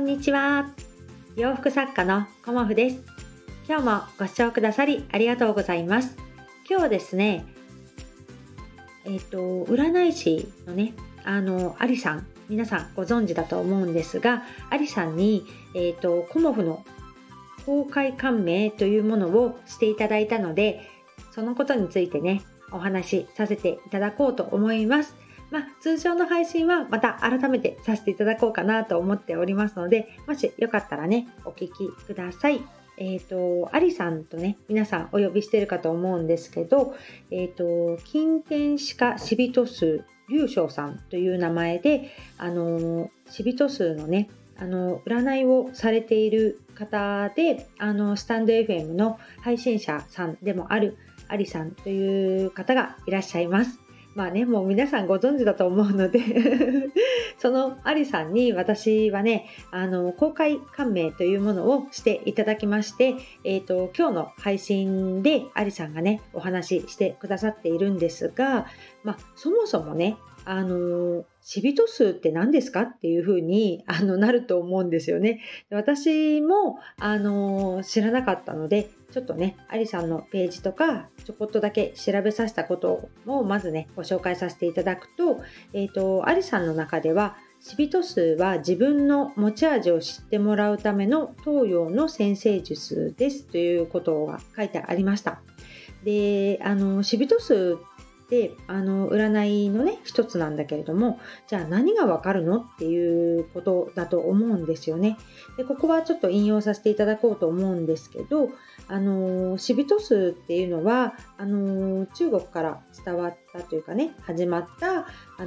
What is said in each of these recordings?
にちは。洋服作家のコモフです。今日もご視聴くださりありがとうございます。今日はですね、占い師のね、アリさん、皆さんご存知だと思うんですが、アリさんに、コモフの公開鑑命というものをしていただいたので、そのことについてね、お話しさせていただこうと思います。通常の配信はまた改めてさせていただこうかなと思っておりますので、もしよかったらね、お聞きください。アリさんとね、皆さんお呼びしているかと思うんですけど、金天使家シビト数龍翔さんという名前で、シビト数のね、占いをされている方で、スタンド FM の配信者さんでもあるアリさんという方がいらっしゃいます。もう皆さんご存知だと思うのでそのアリさんに私はね、公開鑑命というものをしていただきまして、今日の配信でアリさんがね、お話ししてくださっているんですが、そもそもね、シビト数って何ですかっていうふうになると思うんですよね。私も知らなかったので、ちょっとね、アリさんのページとかちょこっとだけ調べさせたことをまずね、ご紹介させていただくと、アリさんの中ではシビト数は自分の持ち味を知ってもらうための東洋の占星術ですということが書いてありました。で、シビト数で占いのね一つなんだけれども、じゃあ何がわかるのっていうことだと思うんですよね。でここはちょっと引用させていただこうと思うんですけど、シビト数っていうのは中国から伝わったというかね、始まった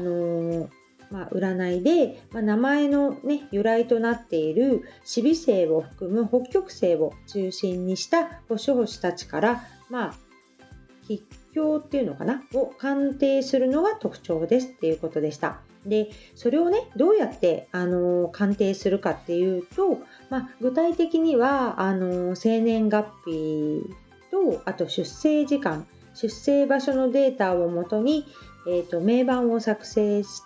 占いで、名前の、ね、由来となっている四微星を含む北極星を中心にした星々たちから吉凶っていうのかなを鑑定するのが特徴ですっていうことでした。でそれをね、どうやって鑑定するかっていうと、具体的には生年月日と、あと出生時間、出生場所のデータをもとに、銘板を作成して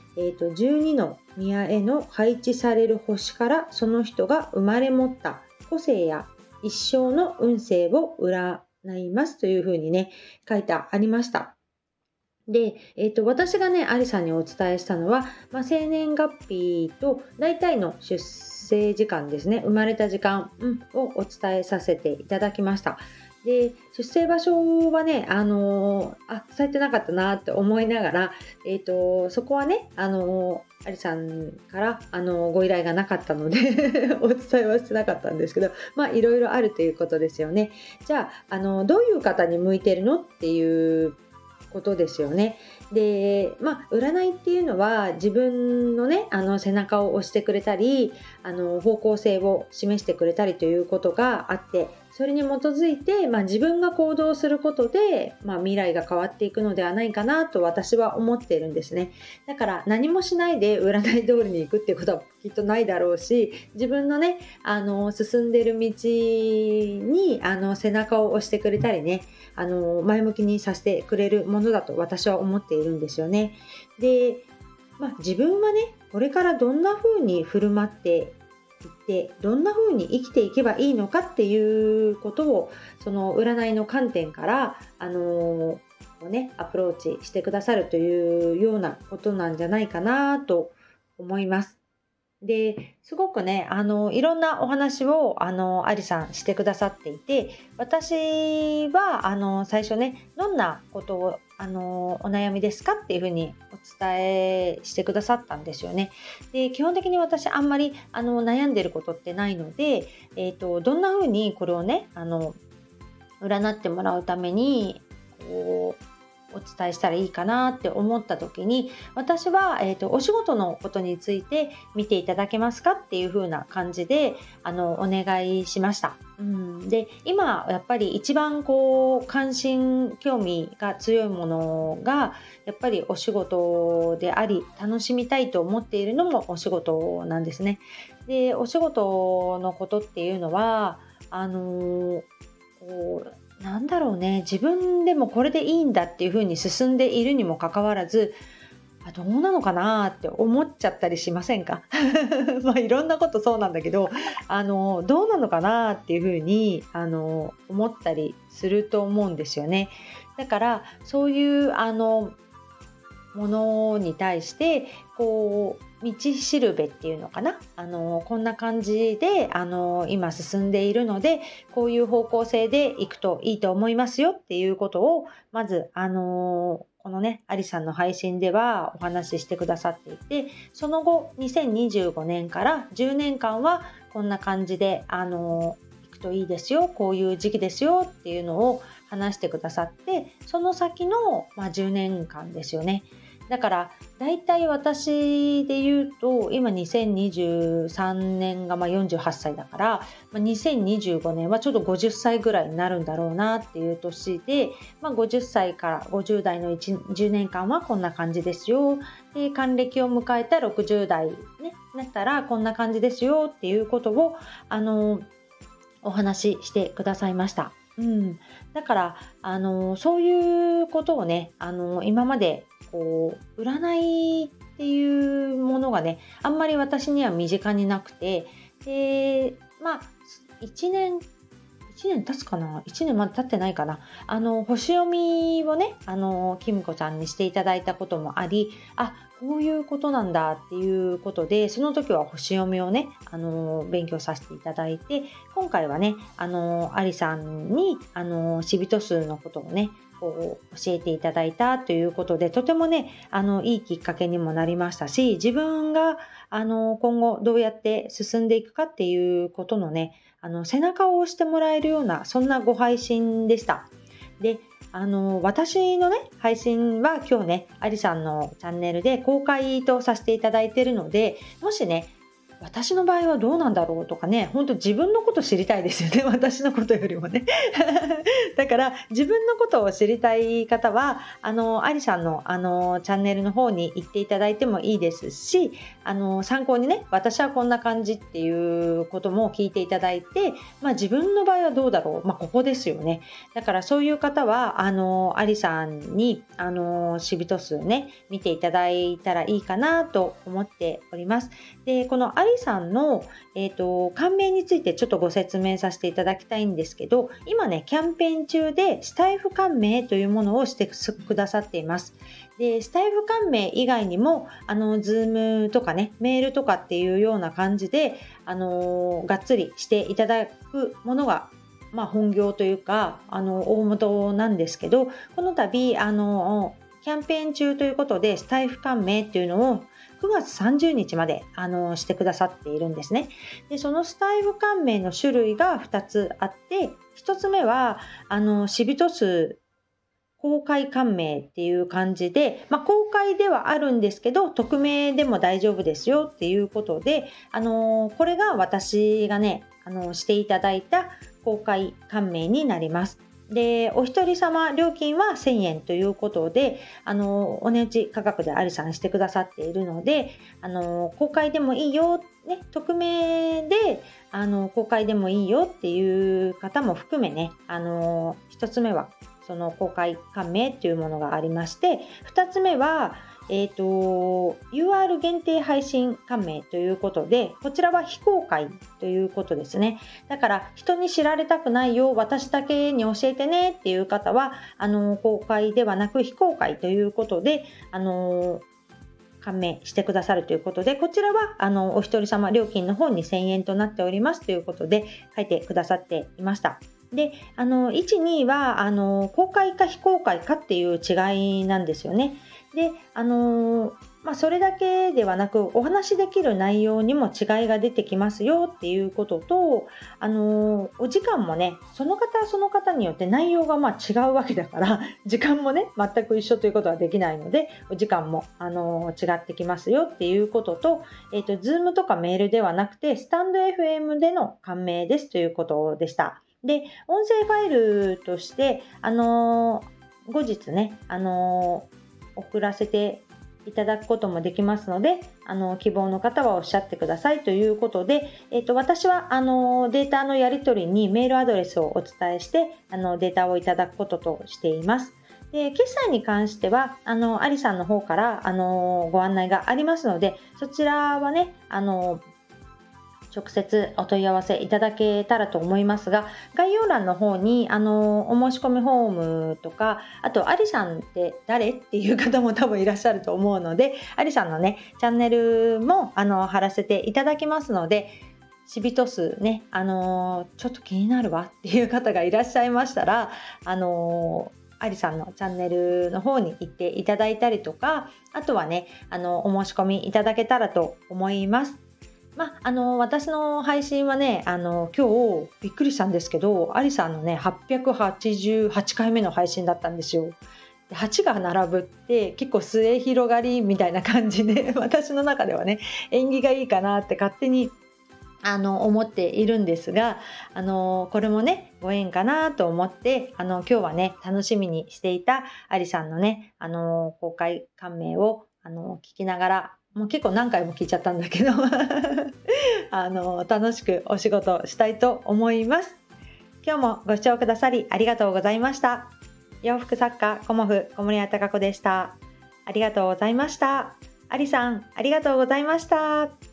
、12の宮への配置される星からその人が生まれ持った個性や一生の運勢を占いますというふうにね、書いてありました。で、私がね、アリさんにお伝えしたのは、生年月日と大体の出生時間ですね、生まれた時間、をお伝えさせていただきました。で、出生場所はね、伝えてなかったなって思いながら、そこはね、アリさんからご依頼がなかったのでお伝えはしてなかったんですけど、いろいろあるということですよね。じゃあ、どういう方に向いてるのっていうことですよね。で、占いっていうのは自分のね、背中を押してくれたり、方向性を示してくれたりということがあって、それに基づいて、自分が行動することで、未来が変わっていくのではないかなと私は思っているんですね。だから何もしないで占い通りに行くっていうことはきっとないだろうし、自分のね、進んでる道に背中を押してくれたりね、前向きにさせてくれるものだと私は思っているんですよね。で、自分はね、これからどんな風に振る舞っていって、どんな風に生きていけばいいのかっていうことを、その占いの観点からアプローチしてくださるというようなことなんじゃないかなと思います。ですごくね、いろんなお話をアリさんしてくださっていて、私は最初ね、どんなことをお悩みですかっていうふうにお伝えしてくださったんですよね。で、基本的に私あんまり悩んでることってないので、どんなふうにこれをね占ってもらうためにお伝えしたらいいかなって思った時に、私は、お仕事のことについて見ていただけますかっていう風な感じでお願いしました。で、今やっぱり一番関心興味が強いものがやっぱりお仕事であり、楽しみたいと思っているのもお仕事なんですね。で、お仕事のことっていうのはなんだろうね、自分でもこれでいいんだっていう風に進んでいるにもかかわらず、 どうなのかなって思っちゃったりしませんか？いろんなことそうなんだけど、どうなのかなっていうふうに思ったりすると思うんですよね。だからそういうものに対して道しるべっていうのかな、こんな感じで今進んでいるので、こういう方向性でいくといいと思いますよっていうことをまずこのねアリさんの配信ではお話ししてくださっていて、その後2025年から10年間はこんな感じで行くといいですよ、こういう時期ですよっていうのを話してくださって、その先の、10年間ですよね。だからだいたい私で言うと今2023年が48歳だから、2025年はちょうど50歳ぐらいになるんだろうなっていう年で、50歳から50代の10年間はこんな感じですよ。で、還暦を迎えた60代ね、なったらこんな感じですよっていうことをお話ししてくださいました。だからそういうことをね今まで占いっていうものがねあんまり私には身近になくて、で1年経つかな、1年まだ経ってないかな、星読みをねきむこちゃんにしていただいたこともあり、こういうことなんだっていうことで、その時は星読みをね勉強させていただいて、今回はねアリさんにシビト数のことをね教えていただいたということで、とてもねいいきっかけにもなりましたし、自分が今後どうやって進んでいくかっていうことのね背中を押してもらえるような、そんなご配信でした。で私のね配信は今日ねアリさんのチャンネルで公開とさせていただいているので、もしね私の場合はどうなんだろうとかね、本当自分のこと知りたいですよね、私のことよりもね。だから自分のことを知りたい方はアリさんのチャンネルの方に行っていただいてもいいですし、参考にね私はこんな感じっていうことも聞いていただいて、自分の場合はどうだろう、ここですよね。だからそういう方はアリさんにシビト数ね見ていただいたらいいかなと思っております。で、このアリさんの、感銘についてちょっとご説明させていただきたいんですけど、今ねキャンペーン中でスタイフ感銘というものをしてくださっています。で、スタイフ感銘以外にもズームとかねメールとかっていうような感じでがっつりしていただくものが本業というか大元なんですけど、この度キャンペーン中ということでスタイフ感銘っていうのを9月30日までしてくださっているんですね。で、そのスタイフ感銘の種類が2つあって、1つ目はシビト数公開感銘っていう感じで、公開ではあるんですけど匿名でも大丈夫ですよっていうことで、これが私がねしていただいた公開感銘になります。で、お一人様料金は1000円ということでお値打ち価格でアリさんしてくださっているので公開でもいいよ、ね、匿名で公開でもいいよっていう方も含めね一つ目はその公開感銘っていうものがありまして、2つ目はUR 限定配信感銘ということで、こちらは非公開ということですね。だから人に知られたくないよ、私だけに教えてねっていう方は公開ではなく非公開ということで感銘してくださるということで、こちらはお一人様料金の方に1000円となっておりますということで書いてくださっていました。で、1、2は公開か非公開かっていう違いなんですよね。で、それだけではなくお話しできる内容にも違いが出てきますよっていうことと、お時間もねその方によって内容が違うわけだから時間もね全く一緒ということはできないので、お時間も違ってきますよっていうことと、Zoom とかメールではなくてスタンド FM での感銘ですということでした。で、音声ファイルとして後日ね送らせていただくこともできますので、希望の方はおっしゃってくださいということで、私はデータのやり取りにメールアドレスをお伝えしてデータをいただくこととしています。 で、決済に関しては、アリさんの方から、ご案内がありますので、そちらはね、直接お問い合わせいただけたらと思いますが、概要欄の方にお申し込みフォームとか、あとアリさんって誰っていう方も多分いらっしゃると思うので、アリさんのねチャンネルも貼らせていただきますので、シビト数ね、ちょっと気になるわっていう方がいらっしゃいましたら、アリさんのチャンネルの方に行っていただいたりとか、あとはね、お申し込みいただけたらと思います。私の配信はね、今日びっくりしたんですけど、アリさんのね、888回目の配信だったんですよ。で、8が並ぶって結構末広がりみたいな感じで、私の中ではね、縁起がいいかなって勝手に思っているんですが、これもねご縁かなと思って、今日はね楽しみにしていたアリさんのね公開感銘を聞きながら、もう結構何回も聞いちゃったんだけど楽しくお仕事したいと思います。今日もご視聴くださりありがとうございました。洋服作家コモフ小森屋隆子でした。ありがとうございました。アリさんありがとうございました。